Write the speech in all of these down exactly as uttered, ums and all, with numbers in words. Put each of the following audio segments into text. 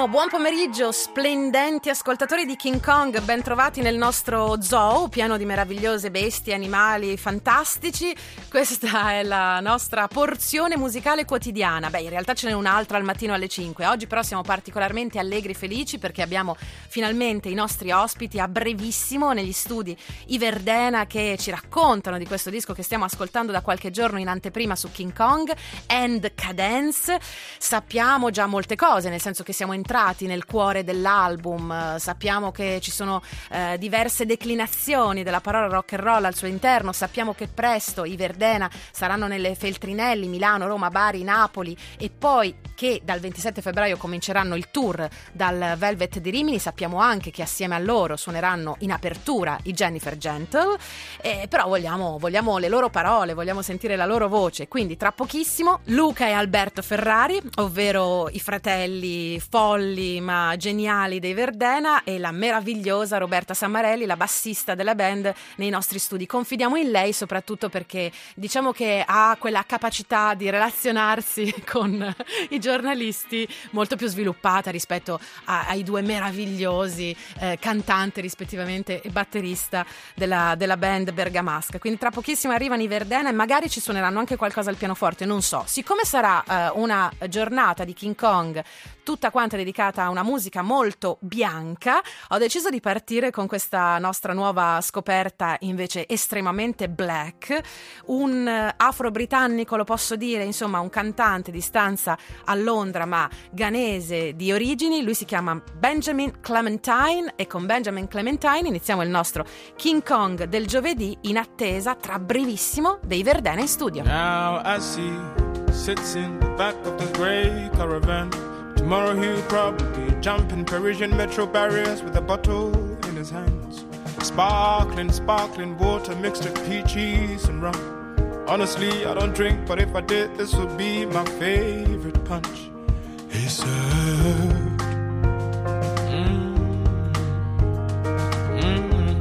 Buongiorno, buon pomeriggio, splendenti ascoltatori di King Kong, ben trovati nel nostro zoo pieno di meravigliose bestie, animali fantastici. Questa è la nostra porzione musicale quotidiana. Beh, in realtà ce n'è un'altra al mattino alle cinque. Oggi però siamo particolarmente allegri e felici perché abbiamo finalmente i nostri ospiti a brevissimo negli studi I Verdena, che ci raccontano di questo disco che stiamo ascoltando da qualche giorno in anteprima su King Kong, And Cadence. Sappiamo già molte cose, nel senso che siamo entrati nel cuore dell'album, sappiamo che ci sono eh, diverse declinazioni della parola rock and roll al suo interno, sappiamo che presto i Verdena saranno nelle Feltrinelli, Milano, Roma, Bari, Napoli, e poi che dal ventisette febbraio cominceranno il tour dal Velvet di Rimini. Sappiamo anche che assieme a loro suoneranno in apertura i Jennifer Gentle, eh, però vogliamo, vogliamo le loro parole, vogliamo sentire la loro voce, quindi tra pochissimo Luca e Alberto Ferrari, ovvero i fratelli folli ma geniali dei Verdena, e la meravigliosa Roberta Sammarelli, la bassista della band, nei nostri studi. Confidiamo in lei soprattutto perché diciamo che ha quella capacità di relazionarsi con i giornalisti molto più sviluppata rispetto a, ai due meravigliosi eh, cantanti rispettivamente e batterista della, della band bergamasca. Quindi tra pochissimo arrivano i Verdena e magari ci suoneranno anche qualcosa al pianoforte, non so. Siccome sarà eh, una giornata di King Kong tutta quanta dedicata a una musica molto bianca, ho deciso di partire con questa nostra nuova scoperta invece estremamente black, un afro-britannico, lo posso dire, insomma un cantante di stanza a Londra ma ghanese di origini. Lui si chiama Benjamin Clementine e con Benjamin Clementine iniziamo il nostro King Kong del giovedì, in attesa tra brevissimo dei Verdena in studio. Now I see sits in the back of the grey caravan. Tomorrow he'll probably jump in Parisian metro barriers with a bottle in his hands. Sparkling, sparkling water mixed with peaches and rum. Honestly, I don't drink, but if I did, this would be my favorite punch. He said, mm, mm,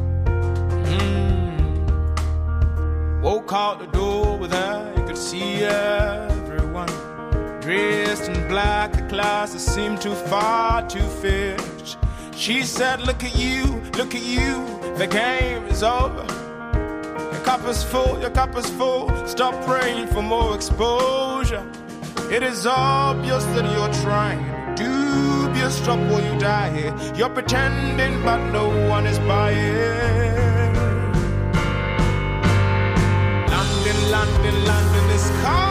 mm. Woke out the door with her, you could see everyone dressed in black, the classes seemed too far to fetch. She said, look at you, look at you, the game is over. Your cup is full, your cup is full, stop praying for more exposure. It is obvious that you're trying, dubious, stop or you die here. You're pretending but no one is buying. London, London, London is calling.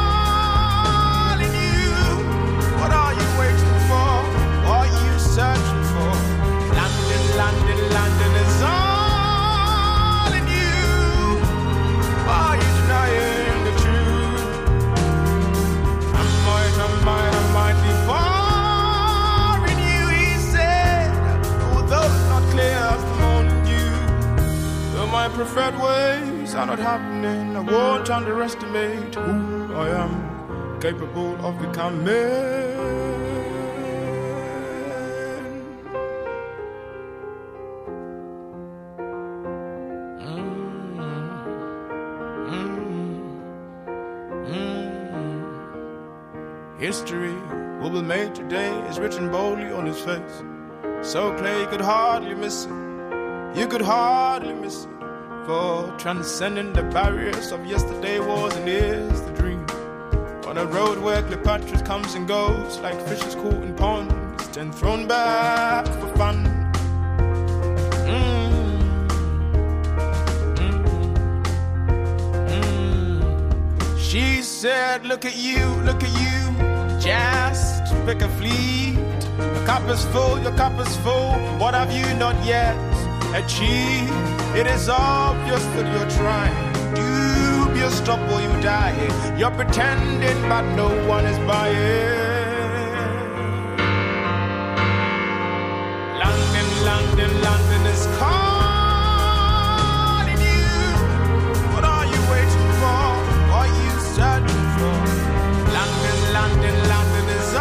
What are you waiting for? What are you searching for? London, London, London is all in you. Why are you denying the truth? I might, I might, I might be far in you, he said. Although it's not clear, I'm mourning you. Though my preferred ways are not happening, I won't underestimate who I am. Capable of becoming. Mm, mm, mm. History will be made today is written boldly on his face. So clear you could hardly miss it. You could hardly miss it. For transcending the barriers of yesterday was and is the dream. On a road where Cleopatra comes and goes like fishes caught in ponds, then thrown back for fun. Mm. Mm. Mm. She said, look at you, look at you, just pick a fleet. Your cup is full, your cup is full, what have you not yet achieved? It is obvious that you're trying, you stop or you die. You're pretending but no one is buying. London, London, London is calling you. What are you waiting for? What are you searching for? London, London, London is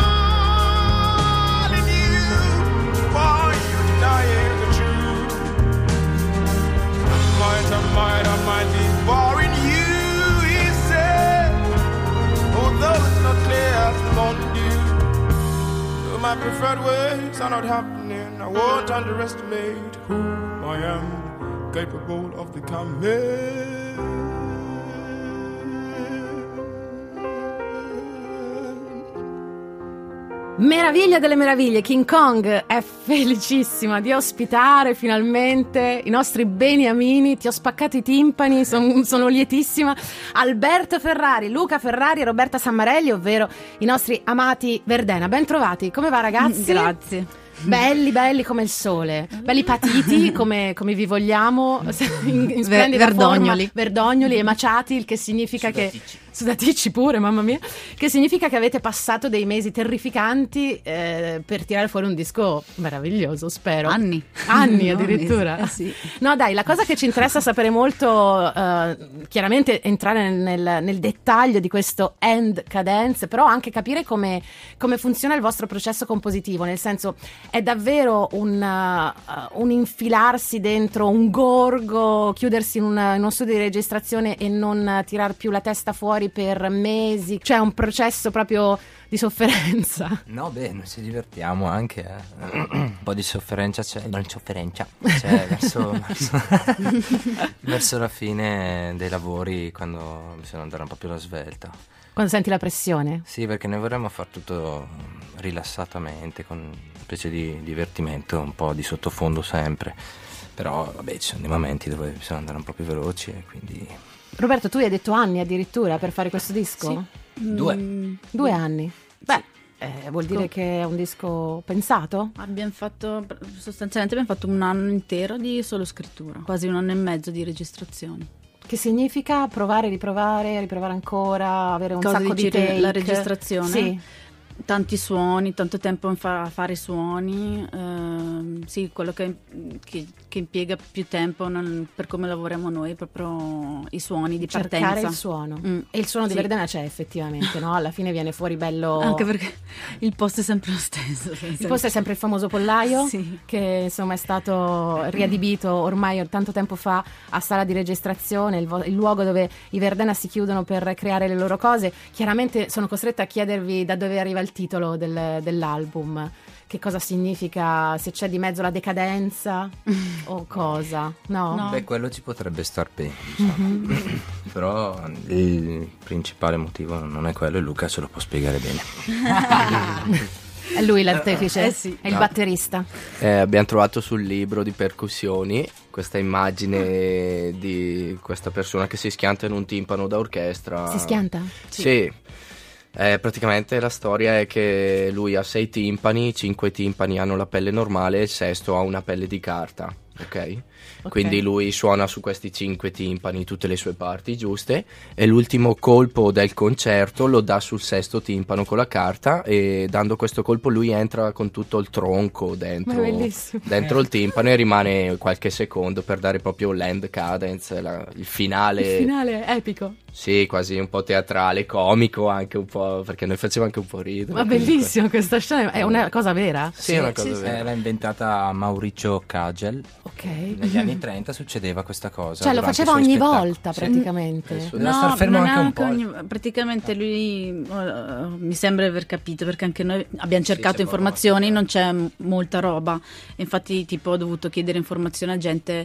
all in you. Why are you denying the truth? I might, I might, I might be boring. Though it's not clear, my preferred ways are not happening. I won't underestimate who I am capable of becoming. Meraviglia delle meraviglie, King Kong è felicissima di ospitare finalmente i nostri beniamini. Ti ho spaccato i timpani, son, sono lietissima. Alberto Ferrari, Luca Ferrari e Roberta Sammarelli, ovvero i nostri amati Verdena. Ben trovati, come va ragazzi? Grazie. Belli, belli come il sole, belli patiti come, come vi vogliamo, in, in splendida Verdognoli. forma, verdognoli e maciati, il che significa Sudaticci. che sudaticci pure, mamma mia, che significa che avete passato dei mesi terrificanti eh, per tirare fuori un disco meraviglioso, spero. Anni. Anni No, addirittura. mesi. Eh sì. No dai, la cosa che ci interessa sapere molto, eh, chiaramente entrare nel, nel dettaglio di questo end cadence, però anche capire come, come funziona il vostro processo compositivo, nel senso è davvero un, uh, un infilarsi dentro un gorgo, chiudersi in, una, in uno studio di registrazione e non uh, tirar più la testa fuori per mesi, cioè un processo proprio di sofferenza. No, beh, noi ci divertiamo anche, eh. Un po' di sofferenza c'è, non sofferenza, c'è verso, verso, verso la fine dei lavori, quando bisogna andare un po' più alla svelta. Quando senti la pressione? Sì, perché noi vorremmo far tutto rilassatamente, con una specie di divertimento, un po' di sottofondo sempre. Però, vabbè, ci sono dei momenti dove bisogna andare un po' più veloci e quindi... Roberto, tu hai detto anni addirittura per fare questo disco? Sì. Due. Mm, Due anni? Beh, eh, vuol dire che è un disco pensato? abbiamo fatto, sostanzialmente abbiamo fatto un anno intero di solo scrittura, quasi un anno e mezzo di registrazioni. Che significa provare, riprovare, riprovare ancora, avere un Cosa sacco di dici, take? la registrazione? Sì. Tanti suoni, tanto tempo a fa- a fare suoni, ehm, sì, quello che, che, che impiega più tempo nel- per come lavoriamo noi, proprio i suoni di Cercare partenza. il suono. Mm, E il suono di sì. Verdena c'è effettivamente, no? Alla fine viene fuori bello... Anche perché il posto è sempre lo stesso. Il posto è sempre il famoso pollaio, Sì. che insomma è stato riadibito ormai tanto tempo fa a sala di registrazione, il, vo- il luogo dove i Verdena si chiudono per creare le loro cose. Chiaramente sono costretta a chiedervi da dove arriva il titolo del- dell'album, che cosa significa, se c'è di mezzo la decadenza o cosa, no? No. Beh, quello ci potrebbe star bene, diciamo. Però il principale motivo non è quello e Luca ce lo può spiegare bene. È lui l'artefice, Eh sì. è il No. batterista. Eh, abbiamo trovato sul libro di percussioni questa immagine di questa persona che si schianta in un timpano da orchestra. Si schianta? Sì. Eh, praticamente la storia è che lui ha sei timpani, cinque timpani hanno la pelle normale e il sesto ha una pelle di carta, ok? Ok. Quindi lui suona su questi cinque timpani tutte le sue parti giuste e l'ultimo colpo del concerto lo dà sul sesto timpano con la carta e dando questo colpo lui entra con tutto il tronco dentro, Ma è bellissimo. dentro il timpano e rimane qualche secondo per dare proprio l'end cadence, la- il finale. Il finale è epico. Sì, quasi un po' teatrale, comico anche un po', perché noi faceva anche un po' ridere. Ma comunque. bellissimo questa scena, è una cosa vera? Sì, è una cosa sì, vera. L'ha inventata Mauricio Kagel. Ok. Negli anni trenta succedeva questa cosa. Cioè lo durante i faceva suoi ogni spettacoli. volta Sì. praticamente. Eh, su- Doveva star fermo non anche un anche po'. ogni- praticamente lui eh, mi sembra di aver capito, perché anche noi abbiamo cercato c'è informazioni, poco, non c'è m- molta roba. Infatti tipo ho dovuto chiedere informazioni a gente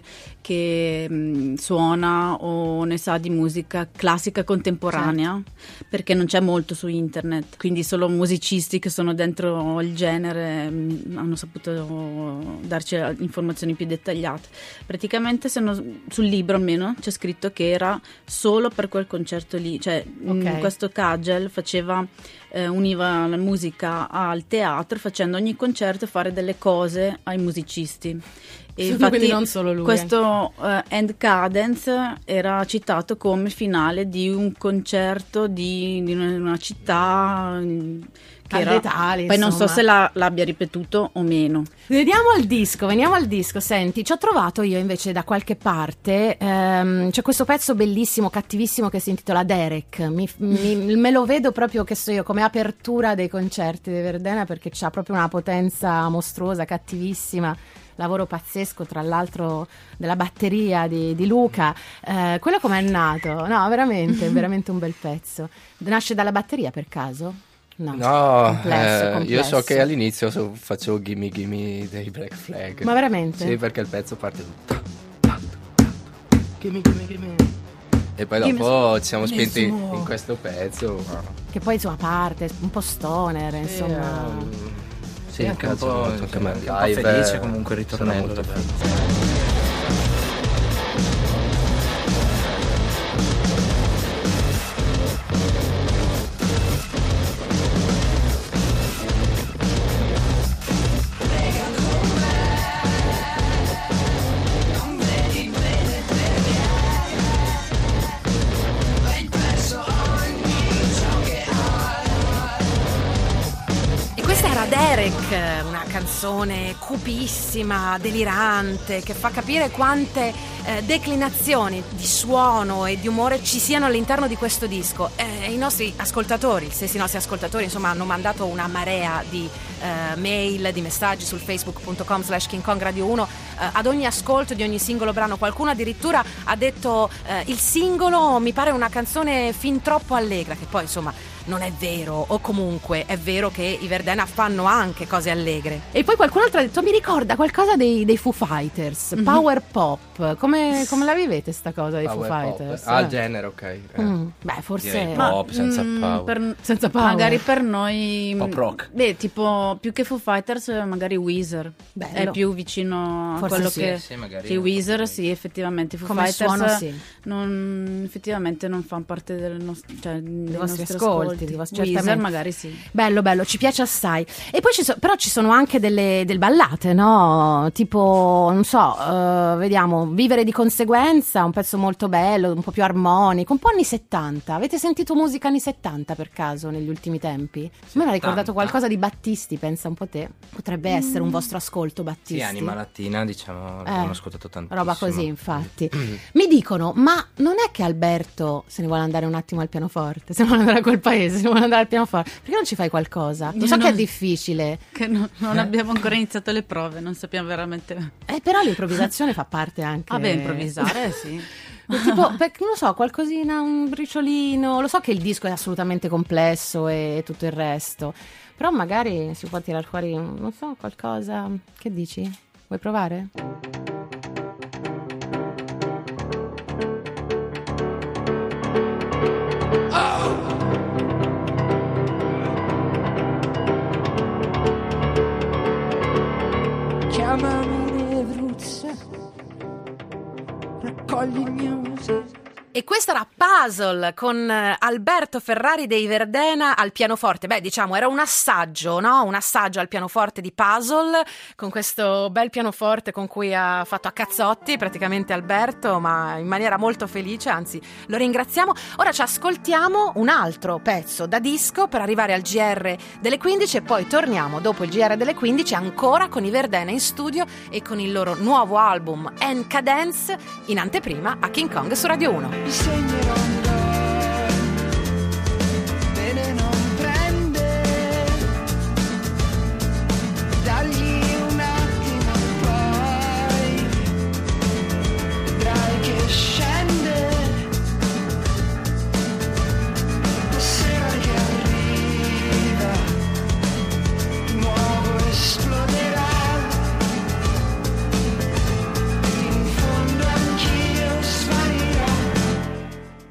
che mh, suona o ne sa di musica classica contemporanea, perché non c'è molto su internet, quindi solo musicisti che sono dentro il genere mh, hanno saputo darci eh, informazioni più dettagliate. Praticamente se non- sul libro almeno c'è scritto che era solo per quel concerto lì, cioè Ok. mh, questo Kagel faceva eh, univa la musica al teatro, facendo ogni concerto fare delle cose ai musicisti. E infatti Quindi non solo lui. questo eh, End Cadence era citato come finale di un concerto di, di una, una città mm, che era, Caldetali, poi non so insomma. se la- l'abbia ripetuto o meno. Veniamo al disco, veniamo al disco. Senti, ci ho trovato io invece da qualche parte, ehm, c'è questo pezzo bellissimo, cattivissimo che si intitola Derek. Mi, mi- me lo vedo proprio, che so io, come apertura dei concerti di Verdena, perché c'ha proprio una potenza mostruosa, cattivissima. Lavoro pazzesco, tra l'altro, della batteria di, di Luca. Eh, quello com'è nato? No, veramente, veramente un bel pezzo. Nasce dalla batteria per caso? No, No, complesso, eh, io complesso. so che all'inizio so- facevo Gimme Gimme dei Black Flag. Ma veramente? Sì, perché il pezzo parte Gimme Gimme Gimme. E poi Gimme dopo ci siamo Gimme spinti su. in questo pezzo. Che poi insomma parte, un po' stoner, insomma. Sì, Sì, anche un cazzo, po', molto anche a me. un po' Live, felice eh, comunque il sono ritornello. molto felice. Questa era Derek, una canzone cupissima, delirante, che fa capire quante eh, declinazioni di suono e di umore ci siano all'interno di questo disco. Eh, I nostri ascoltatori, gli stessi nostri ascoltatori, insomma, hanno mandato una marea di eh, mail, di messaggi sul facebook punto com slash King Kong Radio uno eh, ad ogni ascolto di ogni singolo brano. Qualcuno addirittura ha detto eh, il singolo mi pare una canzone fin troppo allegra, che poi insomma non è vero, o comunque è vero che i Verdena fanno anche cose allegre. E poi qualcun altro ha detto mi ricorda qualcosa dei, dei Foo Fighters, mm-hmm. Power Pop. Come, come la vivete sta cosa dei Power Foo Pop. Fighters? Ah, Eh. il genere, ok. Eh. Mm, beh, forse Direi ma- pop senza Mm, power. per- senza power. Magari per noi Pop rock. Beh, tipo più che Foo Fighters magari Weezer. Bello. È più vicino a Forse quello sì, che sì, magari sì, un Weezer po' sì, effettivamente Foo Come Fighters suono, sì. non, effettivamente non fanno parte del nostro, cioè, dei vostri nostri ascolti, ascolti. dei vostri- Weezer certamente. magari sì. Bello, bello, ci piace assai. E poi ci so- però ci sono anche delle, delle ballate, no? Tipo, non so, eh, vediamo, Vivere di conseguenza, un pezzo molto bello, un po' più armonico, un po' anni settanta. Avete sentito musica anni settanta per caso negli ultimi tempi? A me mi ha ricordato settanta. qualcosa di Battisti, pensa un po' te. Potrebbe essere un vostro ascolto, Battisti. Sì, Anima Latina, diciamo, Eh, l'abbiamo ascoltato tantissimo. roba così, infatti. Mi dicono, ma non è che Alberto se ne vuole andare un attimo al pianoforte, se ne vuole andare a quel paese, se ne vuole andare al pianoforte, perché non ci fai qualcosa? Lo so No. che è difficile, Che no- non abbiamo ancora iniziato le prove, non sappiamo veramente. eh, però l'improvvisazione fa parte anche. Vabbè, improvvisare sì. Tipo, perché non lo so, qualcosina, un briciolino. Lo so che il disco è assolutamente complesso e tutto il resto, però magari si può tirar fuori, non so, qualcosa. Che dici? Vuoi provare? Chiamami Nevruzza, raccogli news. E questo era Puzzle con eh, Alberto Ferrari dei Verdena al pianoforte. Beh, diciamo, era un assaggio, no? Un assaggio al pianoforte di Puzzle, con questo bel pianoforte con cui ha fatto a cazzotti praticamente Alberto, ma in maniera molto felice, anzi lo ringraziamo. Ora ci ascoltiamo un altro pezzo da disco per arrivare al G R delle quindici e poi torniamo dopo il G R delle quindici ancora con i Verdena in studio e con il loro nuovo album En Cadence in anteprima a King Kong su Radio uno. Disegnerò